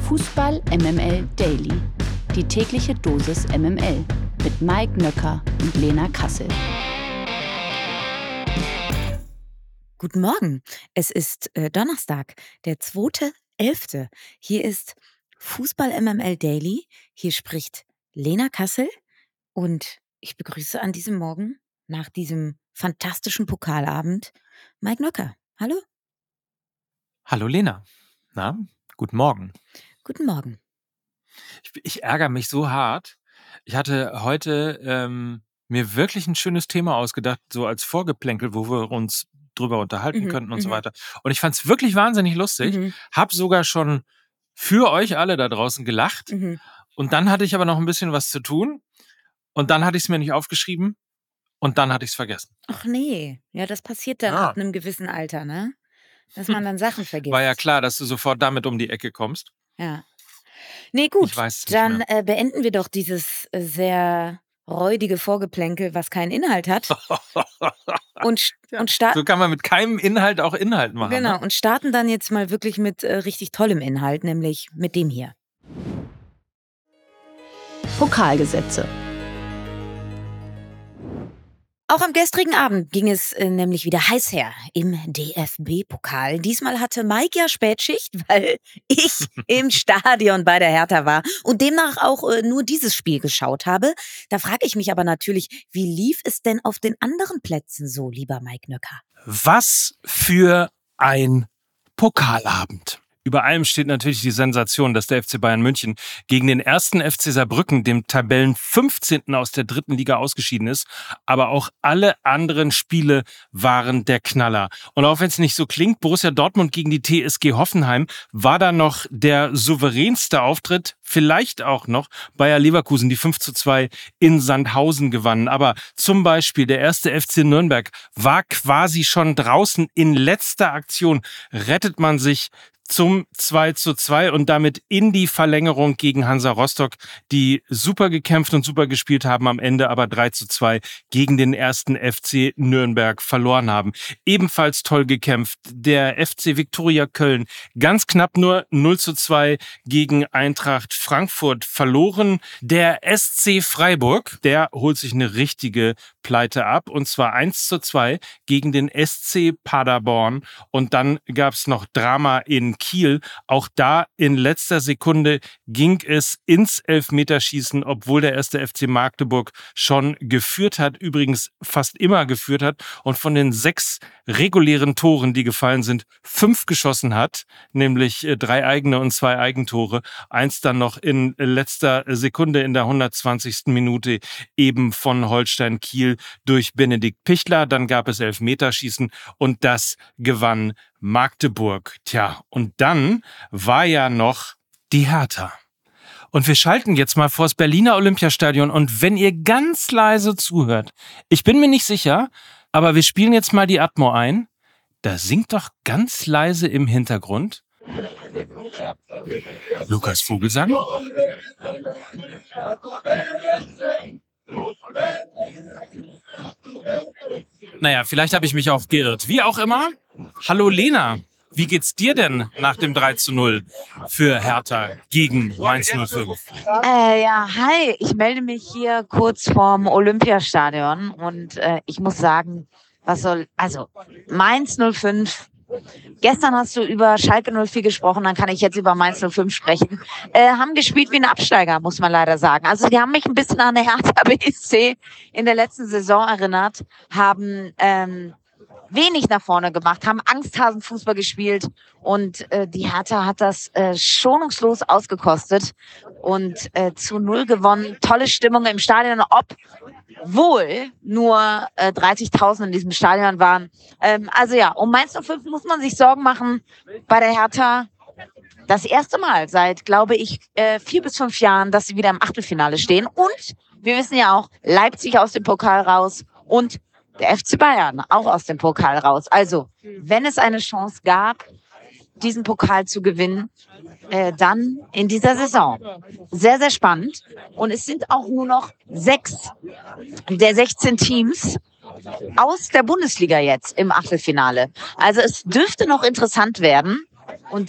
Fußball MML Daily. Die tägliche Dosis MML mit Mike Nöcker und Lena Kassel. Guten Morgen. Es ist Donnerstag, der 2.11. Hier ist Fußball MML Daily. Hier spricht Lena Kassel und ich begrüße an diesem Morgen nach diesem fantastischen Pokalabend Mike Nöcker. Hallo. Hallo Lena. Na, guten Morgen. Guten Morgen. Ich ärgere mich so hart. Ich hatte heute mir wirklich ein schönes Thema ausgedacht, so als Vorgeplänkel, wo wir uns drüber unterhalten könnten und so weiter. Und ich fand es wirklich wahnsinnig lustig. Hab sogar schon für euch alle da draußen gelacht. Und dann hatte ich aber noch ein bisschen was zu tun. Und dann hatte ich es mir nicht aufgeschrieben. Und dann hatte ich es vergessen. Ach nee, ja, das passiert dann ab einem gewissen Alter, ne? Dass man dann Sachen vergisst. War ja klar, dass du sofort damit um die Ecke kommst. Ja. Nee, gut, Ich weiß es nicht dann mehr. beenden wir doch dieses sehr räudige Vorgeplänkel, was keinen Inhalt hat. Und starten. So kann man mit keinem Inhalt auch Inhalt machen. Genau, ne? und starten dann jetzt mal wirklich mit richtig tollem Inhalt, nämlich mit dem hier. Pokalgesetze. Auch am gestrigen Abend ging es nämlich wieder heiß her im DFB-Pokal. Diesmal hatte Mike ja Spätschicht, weil ich im Stadion bei der Hertha war und demnach auch nur dieses Spiel geschaut habe. Da frage ich mich aber natürlich, wie lief es denn auf den anderen Plätzen so, lieber Mike Nöcker? Was für ein Pokalabend. Über allem steht natürlich die Sensation, dass der FC Bayern München gegen den ersten FC Saarbrücken, dem Tabellen 15. aus der 3. Liga ausgeschieden ist. Aber auch alle anderen Spiele waren der Knaller. Und auch wenn es nicht so klingt, Borussia Dortmund gegen die TSG Hoffenheim war da noch der souveränste Auftritt. Vielleicht auch noch Bayer Leverkusen, die 5:2 in Sandhausen gewannen. Aber zum Beispiel der erste FC Nürnberg war quasi schon draußen. In letzter Aktion rettet man sich zum 2:2 und damit in die Verlängerung gegen Hansa Rostock, die super gekämpft und super gespielt haben, am Ende aber 3:2 gegen den ersten FC Nürnberg verloren haben. Ebenfalls toll gekämpft der FC Viktoria Köln, ganz knapp nur 0:2 gegen Eintracht Frankfurt verloren. Der SC Freiburg, der holt sich eine richtige Pleite ab, und zwar 1:2 gegen den SC Paderborn. Und dann gab es noch Drama in Kiel. Auch da in letzter Sekunde ging es ins Elfmeterschießen, obwohl der erste FC Magdeburg schon geführt hat, übrigens fast immer geführt hat und von den 6 regulären Toren, die gefallen sind, 5 geschossen hat, nämlich 3 eigene und 2 Eigentore. 1 dann noch in letzter Sekunde in der 120. Minute eben von Holstein Kiel durch Benedikt Pichler. Dann gab es Elfmeterschießen und das gewann Magdeburg. Tja, und dann war ja noch die Hertha. Und wir schalten jetzt mal vors Berliner Olympiastadion. Und wenn ihr ganz leise zuhört, ich bin mir nicht sicher, aber wir spielen jetzt mal die Atmo ein. Da singt doch ganz leise im Hintergrund Lukas Vogelsang. Naja, vielleicht habe ich mich auch geirrt. Wie auch immer. Hallo Lena, wie geht's dir denn nach dem 3:0 für Hertha gegen Mainz 05? Ja, hi, ich melde mich hier kurz vorm Olympiastadion und ich muss sagen, Mainz 05, gestern hast du über Schalke 04 gesprochen, dann kann ich jetzt über Mainz 05 sprechen, haben gespielt wie ein Absteiger, muss man leider sagen. Also die haben mich ein bisschen an der Hertha BSC in der letzten Saison erinnert, haben wenig nach vorne gemacht, haben Angsthasenfußball gespielt und die Hertha hat das schonungslos ausgekostet und 2:0 gewonnen. Tolle Stimmung im Stadion, obwohl nur 30.000 in diesem Stadion waren. Also ja, um Mainz 05 muss man sich Sorgen machen bei der Hertha. Das erste Mal seit, glaube ich, 4 bis 5 Jahren, dass sie wieder im Achtelfinale stehen. Und wir wissen ja auch, Leipzig aus dem Pokal raus und der FC Bayern auch aus dem Pokal raus. Also, wenn es eine Chance gab, diesen Pokal zu gewinnen, dann in dieser Saison. Sehr, sehr spannend. Und es sind auch nur noch 6 der 16 Teams aus der Bundesliga jetzt im Achtelfinale. Also es dürfte noch interessant werden. Und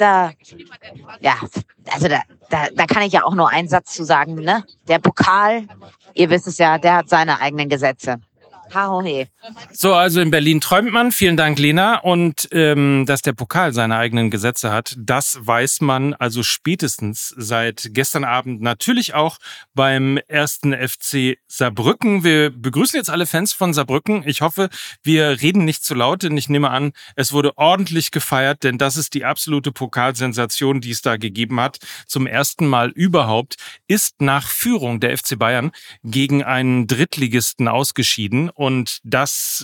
da kann ich ja auch nur einen Satz zu sagen, ne? Der Pokal, ihr wisst es ja, der hat seine eigenen Gesetze. Hahohe. So, also in Berlin träumt man. Vielen Dank, Lena. Und dass der Pokal seine eigenen Gesetze hat, das weiß man also spätestens seit gestern Abend natürlich auch beim 1. FC Saarbrücken. Wir begrüßen jetzt alle Fans von Saarbrücken. Ich hoffe, wir reden nicht zu laut, denn ich nehme an, es wurde ordentlich gefeiert, denn das ist die absolute Pokalsensation, die es da gegeben hat. Zum ersten Mal überhaupt ist nach Führung der FC Bayern gegen einen Drittligisten ausgeschieden. Und das,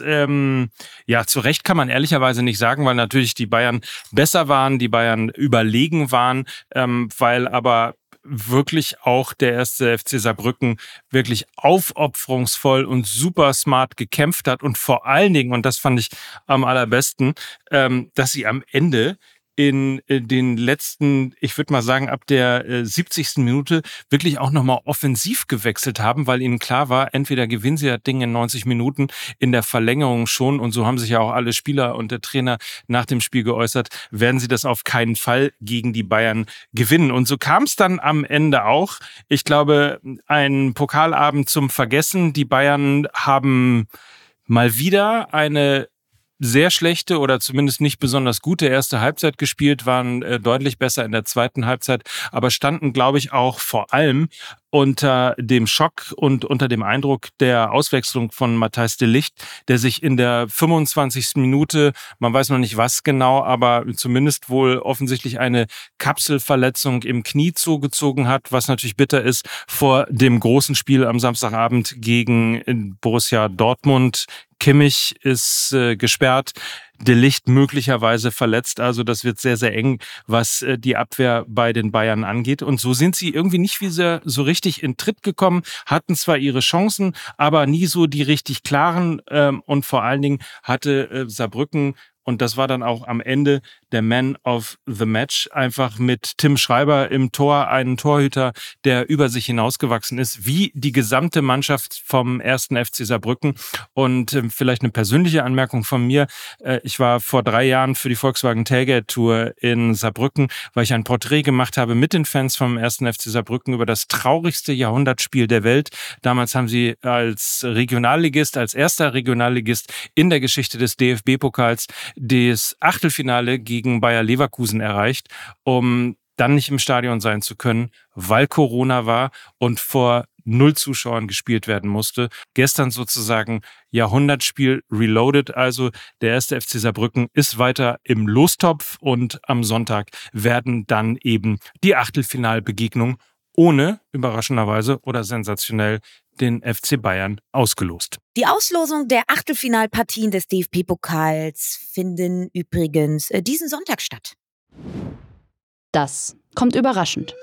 zu Recht kann man ehrlicherweise nicht sagen, weil natürlich die Bayern besser waren, die Bayern überlegen waren, weil aber wirklich auch der 1. FC Saarbrücken wirklich aufopferungsvoll und super smart gekämpft hat und vor allen Dingen, und das fand ich am allerbesten, dass sie am Ende in den letzten, ich würde mal sagen, ab der 70. Minute wirklich auch nochmal offensiv gewechselt haben, weil ihnen klar war, entweder gewinnen sie das Ding in 90 Minuten in der Verlängerung schon, und so haben sich ja auch alle Spieler und der Trainer nach dem Spiel geäußert, werden sie das auf keinen Fall gegen die Bayern gewinnen. Und so kam es dann am Ende auch. Ich glaube, ein Pokalabend zum Vergessen. Die Bayern haben mal wieder eine sehr schlechte oder zumindest nicht besonders gute erste Halbzeit gespielt, waren deutlich besser in der zweiten Halbzeit, aber standen, glaube ich, auch vor allem unter dem Schock und unter dem Eindruck der Auswechslung von Matthijs de Ligt, der sich in der 25. Minute, man weiß noch nicht was genau, aber zumindest wohl offensichtlich eine Kapselverletzung im Knie zugezogen hat, was natürlich bitter ist vor dem großen Spiel am Samstagabend gegen Borussia Dortmund. Kimmich ist gesperrt, de Ligt möglicherweise verletzt. Also das wird sehr, sehr eng, was die Abwehr bei den Bayern angeht. Und so sind sie irgendwie nicht wieder so richtig in Tritt gekommen, hatten zwar ihre Chancen, aber nie so die richtig klaren. Und vor allen Dingen hatte Saarbrücken, und das war dann auch am Ende der Man of the Match, einfach mit Tim Schreiber im Tor, einen Torhüter, der über sich hinausgewachsen ist, wie die gesamte Mannschaft vom 1. FC Saarbrücken. Und vielleicht eine persönliche Anmerkung von mir. Ich war vor 3 Jahren für die Volkswagen Tailgate Tour in Saarbrücken, weil ich ein Porträt gemacht habe mit den Fans vom 1. FC Saarbrücken über das traurigste Jahrhundertspiel der Welt. Damals haben sie als Regionalligist, als erster Regionalligist in der Geschichte des DFB-Pokals das Achtelfinale gegen Bayer Leverkusen erreicht, um dann nicht im Stadion sein zu können, weil Corona war und vor 0 Zuschauern gespielt werden musste. Gestern sozusagen Jahrhundertspiel reloaded, also der 1. FC Saarbrücken ist weiter im Lostopf und am Sonntag werden dann eben die Achtelfinalbegegnungen ohne, überraschenderweise oder sensationell, den FC Bayern ausgelost. Die Auslosung der Achtelfinalpartien des DFB-Pokals finden übrigens diesen Sonntag statt. Das kommt überraschend.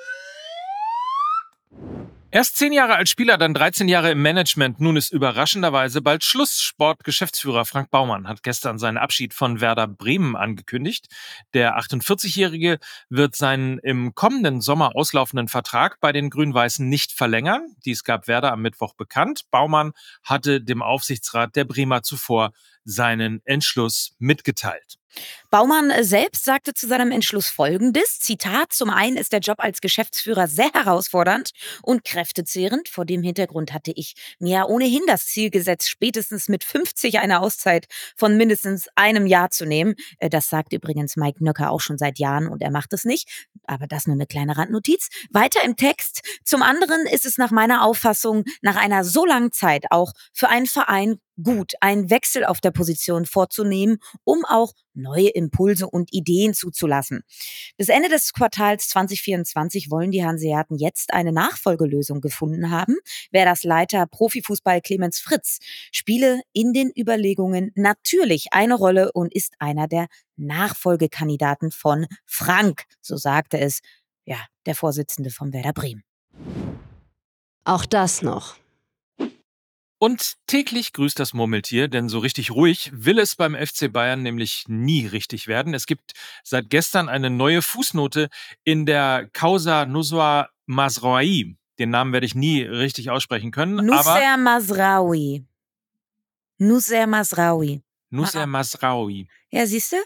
Erst 10 Jahre als Spieler, dann 13 Jahre im Management. Nun ist überraschenderweise bald Schluss. Sportgeschäftsführer Frank Baumann hat gestern seinen Abschied von Werder Bremen angekündigt. Der 48-Jährige wird seinen im kommenden Sommer auslaufenden Vertrag bei den Grün-Weißen nicht verlängern. Dies gab Werder am Mittwoch bekannt. Baumann hatte dem Aufsichtsrat der Bremer zuvor seinen Entschluss mitgeteilt. Baumann selbst sagte zu seinem Entschluss Folgendes, Zitat, zum einen ist der Job als Geschäftsführer sehr herausfordernd und kräftezehrend. Vor dem Hintergrund hatte ich mir ja ohnehin das Ziel gesetzt, spätestens mit 50 eine Auszeit von mindestens einem Jahr zu nehmen. Das sagt übrigens Mike Nöcker auch schon seit Jahren und er macht es nicht. Aber das nur eine kleine Randnotiz. Weiter im Text. Zum anderen ist es nach meiner Auffassung nach einer so langen Zeit auch für einen Verein gut, einen Wechsel auf der Position vorzunehmen, um auch neue Impulse und Ideen zuzulassen. Bis Ende des Quartals 2024 wollen die Hanseaten jetzt eine Nachfolgelösung gefunden haben. Werders Leiter Profifußball Clemens Fritz spiele in den Überlegungen natürlich eine Rolle und ist einer der Nachfolgekandidaten von Frank, so sagte es der Vorsitzende von Werder Bremen. Auch das noch. Und täglich grüßt das Murmeltier, denn so richtig ruhig will es beim FC Bayern nämlich nie richtig werden. Es gibt seit gestern eine neue Fußnote in der Causa Nusra Mazraoui. Den Namen werde ich nie richtig aussprechen können. Nusra Mazraoui. Nusra Mazraoui. Nusra Mazraoui. Ja, siehst du?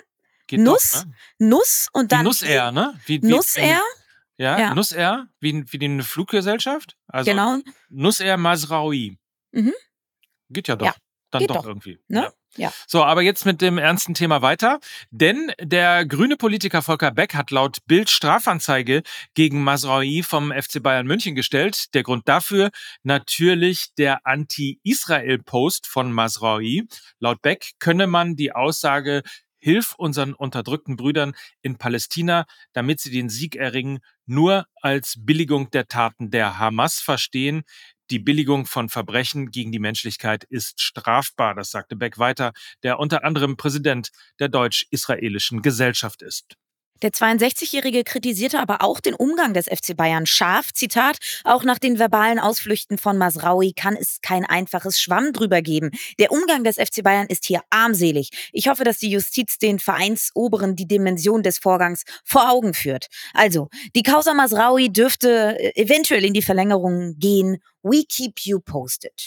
Geht Nuss, doch, ne? Nuss und Wie dann Nussair, ne? Nussair. Ja, Ja, Nussair, wie eine Fluggesellschaft. Also genau. Nussair Masraoui. Mhm. Geht ja Ja, doch. Dann geht doch doch. irgendwie. Ne? Ja. Ja. So, aber jetzt mit dem ernsten Thema weiter. Denn der grüne Politiker Volker Beck hat laut Bild Strafanzeige gegen Masraoui vom FC Bayern München gestellt. Der Grund dafür natürlich der Anti-Israel-Post von Masraoui. Laut Beck könne man die Aussage Hilf unseren unterdrückten Brüdern in Palästina, damit sie den Sieg erringen, nur als Billigung der Taten der Hamas verstehen. Die Billigung von Verbrechen gegen die Menschlichkeit ist strafbar, das sagte Beck weiter, der unter anderem Präsident der Deutsch-Israelischen Gesellschaft ist. Der 62-Jährige kritisierte aber auch den Umgang des FC Bayern scharf. Zitat, auch nach den verbalen Ausflüchten von Masraoui kann es kein einfaches Schwamm drüber geben. Der Umgang des FC Bayern ist hier armselig. Ich hoffe, dass die Justiz den Vereinsoberen die Dimension des Vorgangs vor Augen führt. Also, die Causa Masraoui dürfte eventuell in die Verlängerung gehen. We keep you posted.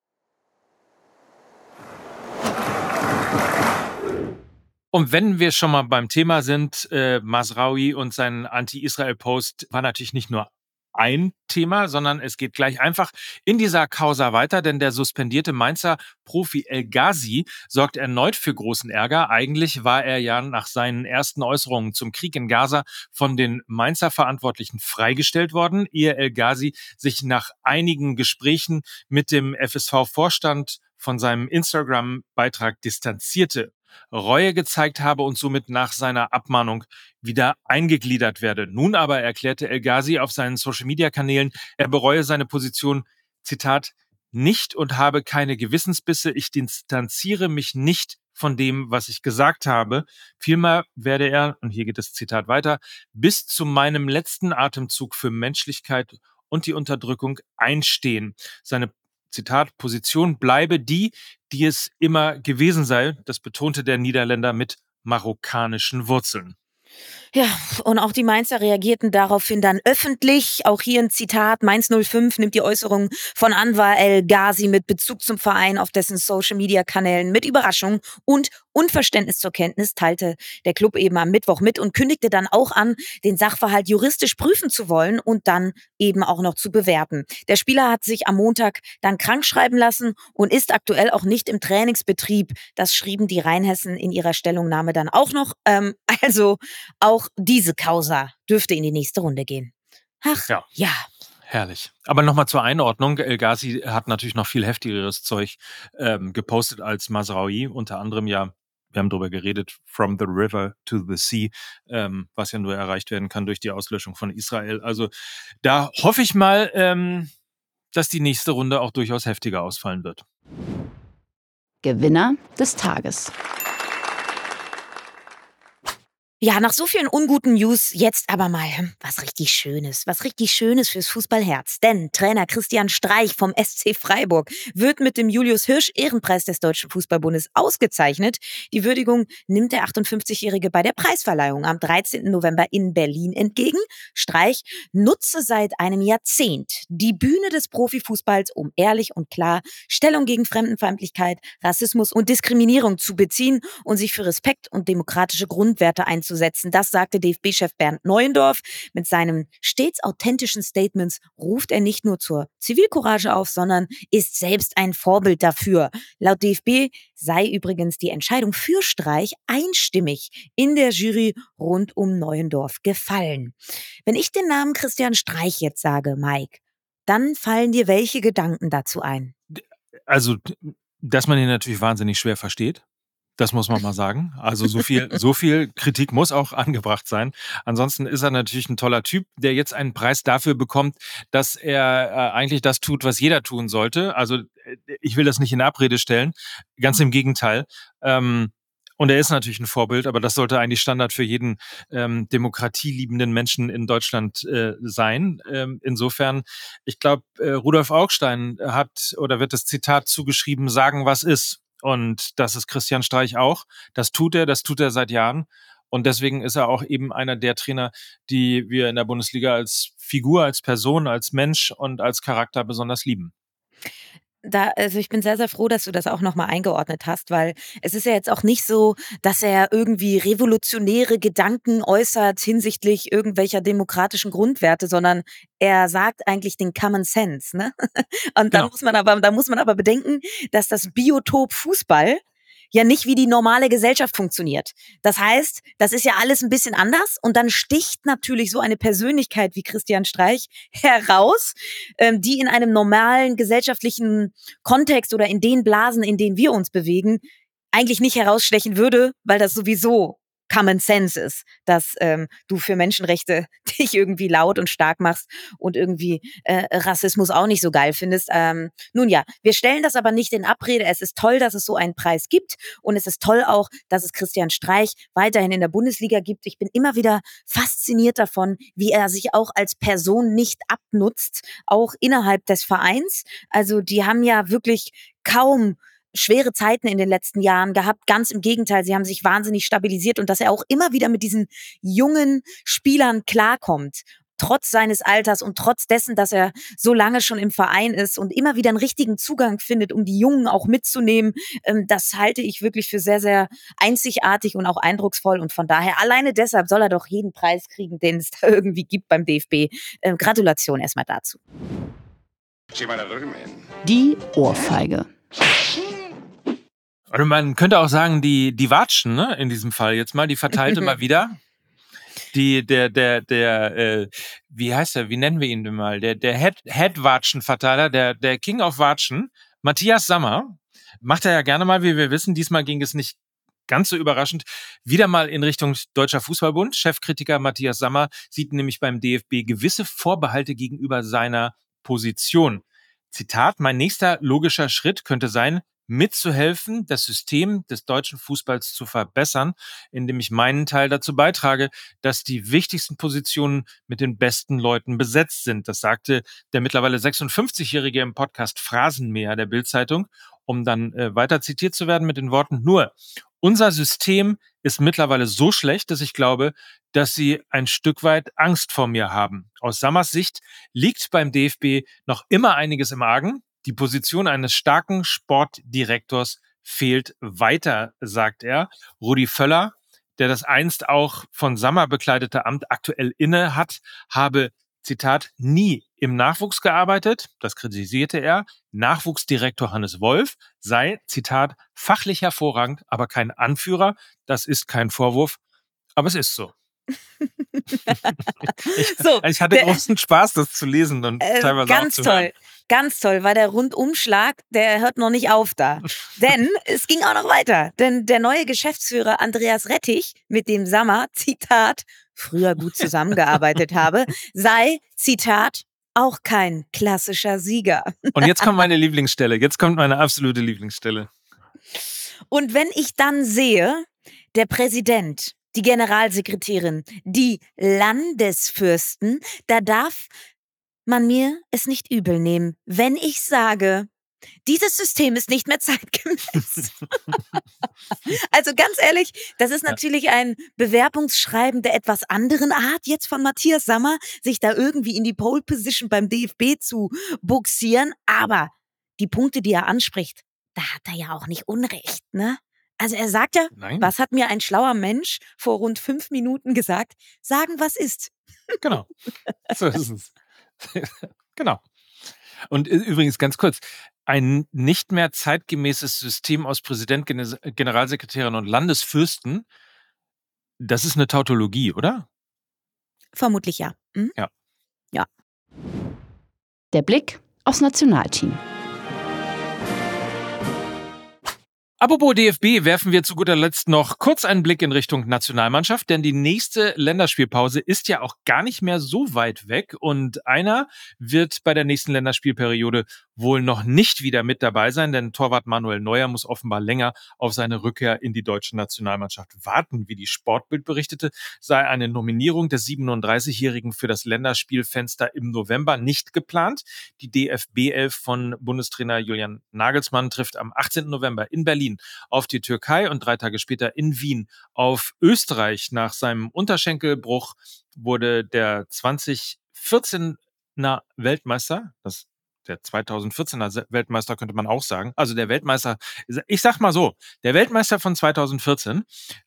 Und wenn wir schon mal beim Thema sind, Masraoui und sein Anti-Israel-Post war natürlich nicht nur ein Thema, sondern es geht gleich einfach in dieser Causa weiter, denn der suspendierte Mainzer Profi El Ghazi sorgt erneut für großen Ärger. Eigentlich war er ja nach seinen ersten Äußerungen zum Krieg in Gaza von den Mainzer Verantwortlichen freigestellt worden, ehe El Ghazi sich nach einigen Gesprächen mit dem FSV-Vorstand von seinem Instagram-Beitrag distanzierte, Reue gezeigt habe und somit nach seiner Abmahnung wieder eingegliedert werde. Nun aber erklärte El Ghazi auf seinen Social-Media-Kanälen, er bereue seine Position, Zitat, nicht und habe keine Gewissensbisse. Ich distanziere mich nicht von dem, was ich gesagt habe. Vielmehr werde er, und hier geht das Zitat weiter, bis zu meinem letzten Atemzug für Menschlichkeit und die Unterdrückung einstehen. Seine Zitat, Position bleibe die es immer gewesen sei. Das betonte der Niederländer mit marokkanischen Wurzeln. Ja, und auch die Mainzer reagierten daraufhin dann öffentlich. Auch hier ein Zitat. Mainz 05 nimmt die Äußerung von Anwar El Ghazi mit Bezug zum Verein auf dessen Social-Media-Kanälen mit Überraschung und Unverständnis zur Kenntnis, teilte der Club eben am Mittwoch mit und kündigte dann auch an, den Sachverhalt juristisch prüfen zu wollen und dann eben auch noch zu bewerten. Der Spieler hat sich am Montag dann krankschreiben lassen und ist aktuell auch nicht im Trainingsbetrieb. Das schrieben die Rheinhessen in ihrer Stellungnahme dann auch noch. Also auch diese Causa dürfte in die nächste Runde gehen. Ach, ja. Herrlich. Aber nochmal zur Einordnung. El Ghazi hat natürlich noch viel heftigeres Zeug gepostet als Masraoui. Unter anderem ja, wir haben darüber geredet, from the river to the sea, was ja nur erreicht werden kann durch die Auslöschung von Israel. Also da hoffe ich mal, dass die nächste Runde auch durchaus heftiger ausfallen wird. Gewinner des Tages. Ja, nach so vielen unguten News jetzt aber mal was richtig Schönes fürs Fußballherz. Denn Trainer Christian Streich vom SC Freiburg wird mit dem Julius Hirsch Ehrenpreis des Deutschen Fußballbundes ausgezeichnet. Die Würdigung nimmt der 58-Jährige bei der Preisverleihung am 13. November in Berlin entgegen. Streich nutze seit einem Jahrzehnt die Bühne des Profifußballs, um ehrlich und klar Stellung gegen Fremdenfeindlichkeit, Rassismus und Diskriminierung zu beziehen und sich für Respekt und demokratische Grundwerte einzusetzen. Das sagte DFB-Chef Bernd Neuendorf. Mit seinen stets authentischen Statements ruft er nicht nur zur Zivilcourage auf, sondern ist selbst ein Vorbild dafür. Laut DFB sei übrigens die Entscheidung für Streich einstimmig in der Jury rund um Neuendorf gefallen. Wenn ich den Namen Christian Streich jetzt sage, Mike, dann fallen dir welche Gedanken dazu ein? Also, dass man ihn natürlich wahnsinnig schwer versteht. Das muss man mal sagen. Also so viel Kritik muss auch angebracht sein. Ansonsten ist er natürlich ein toller Typ, der jetzt einen Preis dafür bekommt, dass er eigentlich das tut, was jeder tun sollte. Also ich will das nicht in Abrede stellen. Ganz im Gegenteil. Und er ist natürlich ein Vorbild, aber das sollte eigentlich Standard für jeden demokratieliebenden Menschen in Deutschland sein. Insofern, ich glaube, Rudolf Augstein wird das Zitat zugeschrieben, sagen, was ist. Und das ist Christian Streich auch. Das tut er seit Jahren. Und deswegen ist er auch eben einer der Trainer, die wir in der Bundesliga als Figur, als Person, als Mensch und als Charakter besonders lieben. Also ich bin sehr, sehr froh, dass du das auch nochmal eingeordnet hast, weil es ist ja jetzt auch nicht so, dass er irgendwie revolutionäre Gedanken äußert hinsichtlich irgendwelcher demokratischen Grundwerte, sondern er sagt eigentlich den Common Sense, ne? Und Genau. da muss man aber bedenken, dass das Biotop Fußball ja nicht wie die normale Gesellschaft funktioniert. Das heißt, das ist ja alles ein bisschen anders und dann sticht natürlich so eine Persönlichkeit wie Christian Streich heraus, die in einem normalen gesellschaftlichen Kontext oder in den Blasen, in denen wir uns bewegen, eigentlich nicht herausstechen würde, weil das sowieso Common Sense ist, dass du für Menschenrechte dich irgendwie laut und stark machst und irgendwie Rassismus auch nicht so geil findest. Nun ja, wir stellen das aber nicht in Abrede. Es ist toll, dass es so einen Preis gibt und es ist toll auch, dass es Christian Streich weiterhin in der Bundesliga gibt. Ich bin immer wieder fasziniert davon, wie er sich auch als Person nicht abnutzt, auch innerhalb des Vereins. Also die haben ja wirklich kaum schwere Zeiten in den letzten Jahren gehabt. Ganz im Gegenteil, sie haben sich wahnsinnig stabilisiert und dass er auch immer wieder mit diesen jungen Spielern klarkommt. Trotz seines Alters und trotz dessen, dass er so lange schon im Verein ist und immer wieder einen richtigen Zugang findet, um die Jungen auch mitzunehmen, das halte ich wirklich für sehr, sehr einzigartig und auch eindrucksvoll. Und von daher, alleine deshalb soll er doch jeden Preis kriegen, den es da irgendwie gibt beim DFB. Gratulation erstmal dazu. Die Ohrfeige. Oder man könnte auch sagen, die Watschen, ne, in diesem Fall jetzt mal, die verteilte mal wieder. Wie heißt er, wie nennen wir ihn denn mal? Der Head-Watschen-Verteiler, der King of Watschen, Matthias Sammer, macht er ja gerne mal, wie wir wissen. Diesmal ging es nicht ganz so überraschend, wieder mal in Richtung Deutscher Fußballbund. Chefkritiker Matthias Sammer sieht nämlich beim DFB gewisse Vorbehalte gegenüber seiner Position. Zitat, mein nächster logischer Schritt könnte sein, mitzuhelfen, das System des deutschen Fußballs zu verbessern, indem ich meinen Teil dazu beitrage, dass die wichtigsten Positionen mit den besten Leuten besetzt sind. Das sagte der mittlerweile 56-Jährige im Podcast Phrasenmäher der Bild-Zeitung, um dann weiter zitiert zu werden mit den Worten, nur unser System ist mittlerweile so schlecht, dass ich glaube, dass sie ein Stück weit Angst vor mir haben. Aus Sammers Sicht liegt beim DFB noch immer einiges im Argen. Die Position eines starken Sportdirektors fehlt weiter, sagt er. Rudi Völler, der das einst auch von Sammer bekleidete Amt aktuell inne hat, habe, Zitat, nie im Nachwuchs gearbeitet, das kritisierte er. Nachwuchsdirektor Hannes Wolf sei, Zitat, fachlich hervorragend, aber kein Anführer. Das ist kein Vorwurf, aber es ist so. Ich hatte großen Spaß, das zu lesen und teilweise ganz auch zu hören. Ganz toll, weil der Rundumschlag, der hört noch nicht auf da. Denn es ging auch noch weiter. Denn der neue Geschäftsführer Andreas Rettich, mit dem Sammer, Zitat, früher gut zusammengearbeitet habe, sei, Zitat, auch kein klassischer Sieger. Und jetzt kommt meine Lieblingsstelle. Jetzt kommt meine absolute Lieblingsstelle. Und wenn ich dann sehe, der Präsident, die Generalsekretärin, die Landesfürsten, da darf man mir es nicht übel nehmen, wenn ich sage, dieses System ist nicht mehr zeitgemäß. Also ganz ehrlich, das ist natürlich ein Bewerbungsschreiben der etwas anderen Art jetzt von Matthias Sammer, sich da irgendwie in die Pole Position beim DFB zu buxieren. Aber die Punkte, die er anspricht, da hat er ja auch nicht Unrecht, ne? Also er sagt ja, Nein. Was hat mir ein schlauer Mensch vor rund 5 Minuten gesagt? Sagen, was ist. Genau. So ist es. Genau. Und übrigens ganz kurz, ein nicht mehr zeitgemäßes System aus Präsident, Generalsekretärin und Landesfürsten, das ist eine Tautologie, oder? Vermutlich ja. Hm? Ja. Der Blick aufs Nationalteam. Apropos DFB, werfen wir zu guter Letzt noch kurz einen Blick in Richtung Nationalmannschaft, denn die nächste Länderspielpause ist ja auch gar nicht mehr so weit weg und einer wird bei der nächsten Länderspielperiode wohl noch nicht wieder mit dabei sein, denn Torwart Manuel Neuer muss offenbar länger auf seine Rückkehr in die deutsche Nationalmannschaft warten. Wie die Sportbild berichtete, sei eine Nominierung des 37-Jährigen für das Länderspielfenster im November nicht geplant. Die DFB-11 von Bundestrainer Julian Nagelsmann trifft am 18. November in Berlin auf die Türkei und 3 Tage später in Wien auf Österreich. Nach seinem Unterschenkelbruch wurde der 2014er Weltmeister, das der 2014er Weltmeister könnte man auch sagen. Also der Weltmeister, ich sag mal so, der Weltmeister von 2014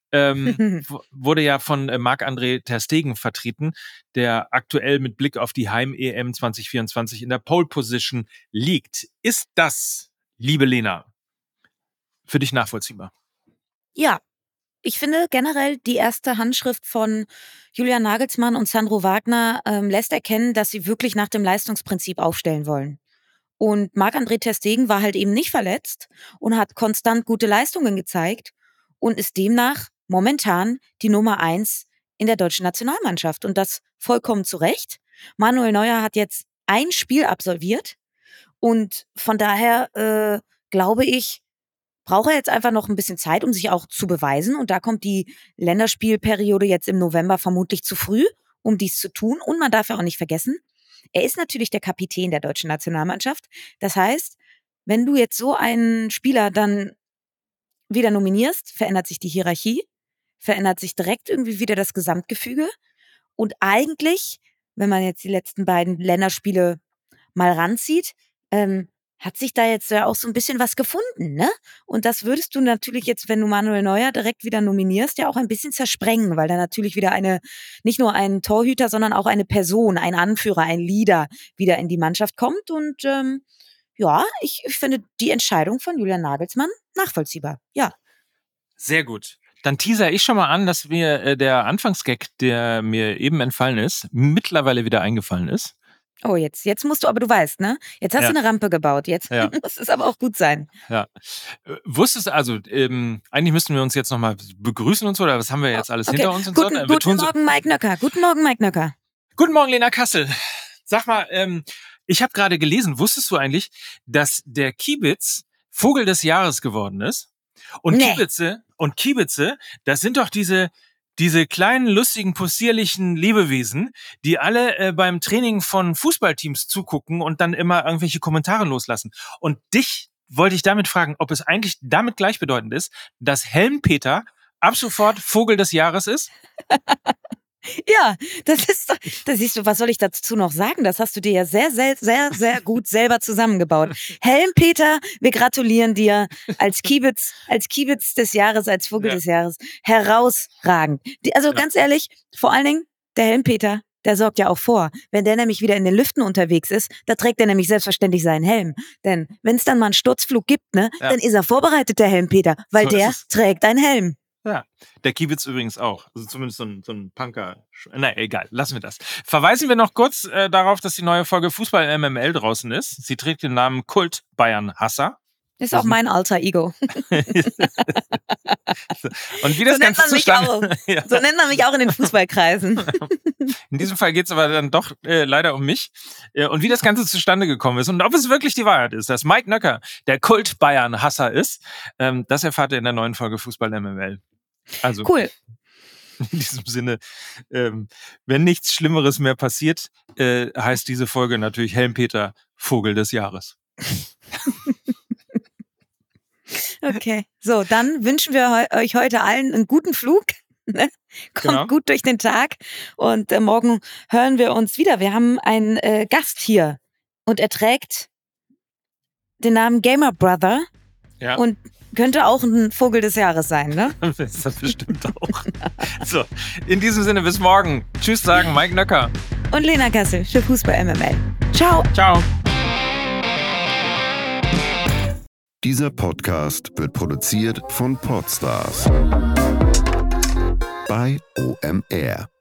wurde ja von Marc-André ter Stegen vertreten, der aktuell mit Blick auf die Heim-EM 2024 in der Pole-Position liegt. Ist das, liebe Lena, für dich nachvollziehbar? Ja, ich finde generell die erste Handschrift von Julian Nagelsmann und Sandro Wagner lässt erkennen, dass sie wirklich nach dem Leistungsprinzip aufstellen wollen. Und Marc-André ter Stegen war halt eben nicht verletzt und hat konstant gute Leistungen gezeigt und ist demnach momentan die Nummer 1 in der deutschen Nationalmannschaft. Und das vollkommen zu Recht. Manuel Neuer hat jetzt ein Spiel absolviert und von daher glaube ich, braucht er jetzt einfach noch ein bisschen Zeit, um sich auch zu beweisen. Und da kommt die Länderspielperiode jetzt im November vermutlich zu früh, um dies zu tun. Und man darf ja auch nicht vergessen, er ist natürlich der Kapitän der deutschen Nationalmannschaft. Das heißt, wenn du jetzt so einen Spieler dann wieder nominierst, verändert sich die Hierarchie, verändert sich direkt irgendwie wieder das Gesamtgefüge. Und eigentlich, wenn man jetzt die letzten beiden Länderspiele mal ranzieht, hat sich da jetzt ja auch so ein bisschen was gefunden, ne? Und das würdest du natürlich jetzt, wenn du Manuel Neuer direkt wieder nominierst, ja auch ein bisschen zersprengen, weil da natürlich wieder nicht nur ein Torhüter, sondern auch eine Person, ein Anführer, ein Leader wieder in die Mannschaft kommt. Und ja, ich finde die Entscheidung von Julian Nagelsmann nachvollziehbar, ja. Sehr gut. Dann teaser ich schon mal an, dass mir der Anfangsgag, der mir eben entfallen ist, mittlerweile wieder eingefallen ist. Oh, jetzt musst du, aber du weißt, ne? Jetzt hast du eine Rampe gebaut, jetzt muss es aber auch gut sein. Ja. Wusstest du, also eigentlich müssten wir uns jetzt nochmal begrüßen und so, oder was haben wir jetzt alles hinter uns und Guten Morgen, Mike Nöcker. Guten Morgen, Mike Nöcker. Guten Morgen, Lena Kassel. Sag mal, ich habe gerade gelesen, wusstest du eigentlich, dass der Kiebitz Vogel des Jahres geworden ist? Und Nee. Kiebitze, das sind doch diese kleinen, lustigen, possierlichen Lebewesen, die alle beim Training von Fußballteams zugucken und dann immer irgendwelche Kommentare loslassen. Und dich wollte ich damit fragen, ob es eigentlich damit gleichbedeutend ist, dass Helmpeter ab sofort Vogel des Jahres ist? Ja, das siehst du, was soll ich dazu noch sagen? Das hast du dir ja sehr, sehr, sehr, sehr gut selber zusammengebaut. Helmpeter, wir gratulieren dir als Kiebitz des Jahres, als Vogel des Jahres. Herausragend. Also ganz ehrlich, vor allen Dingen der Helmpeter, der sorgt ja auch vor. Wenn der nämlich wieder in den Lüften unterwegs ist, da trägt er nämlich selbstverständlich seinen Helm. Denn wenn es dann mal einen Sturzflug gibt, ne, dann ist er vorbereitet, der Helmpeter, weil so der trägt einen Helm. Ja, der Kiebitz übrigens auch. Also zumindest so ein Punker. Na, egal, lassen wir das. Verweisen wir noch kurz darauf, dass die neue Folge Fußball MML draußen ist. Sie trägt den Namen Kult Bayern Hasser. Das ist auch mein alter Ego. Und wie das Ganze zustande... So nennt man mich auch in den Fußballkreisen. In diesem Fall geht es aber dann doch leider um mich. Und wie das Ganze zustande gekommen ist und ob es wirklich die Wahrheit ist, dass Mike Nöcker der Kult Bayern Hasser ist, das erfahrt ihr in der neuen Folge Fußball MML. Also, cool. In diesem Sinne, wenn nichts Schlimmeres mehr passiert, heißt diese Folge natürlich Helmpeter, Vogel des Jahres. Okay, so, dann wünschen wir euch heute allen einen guten Flug. Ne? Kommt gut durch den Tag und morgen hören wir uns wieder. Wir haben einen Gast hier und er trägt den Namen Gamer Brother und könnte auch ein Vogel des Jahres sein, ne? Das ist das bestimmt auch. So, in diesem Sinne, bis morgen. Tschüss sagen, Mike Nöcker. Und Lena Kassel für Fußball MML. Ciao. Ciao. Dieser Podcast wird produziert von Podstars bei OMR.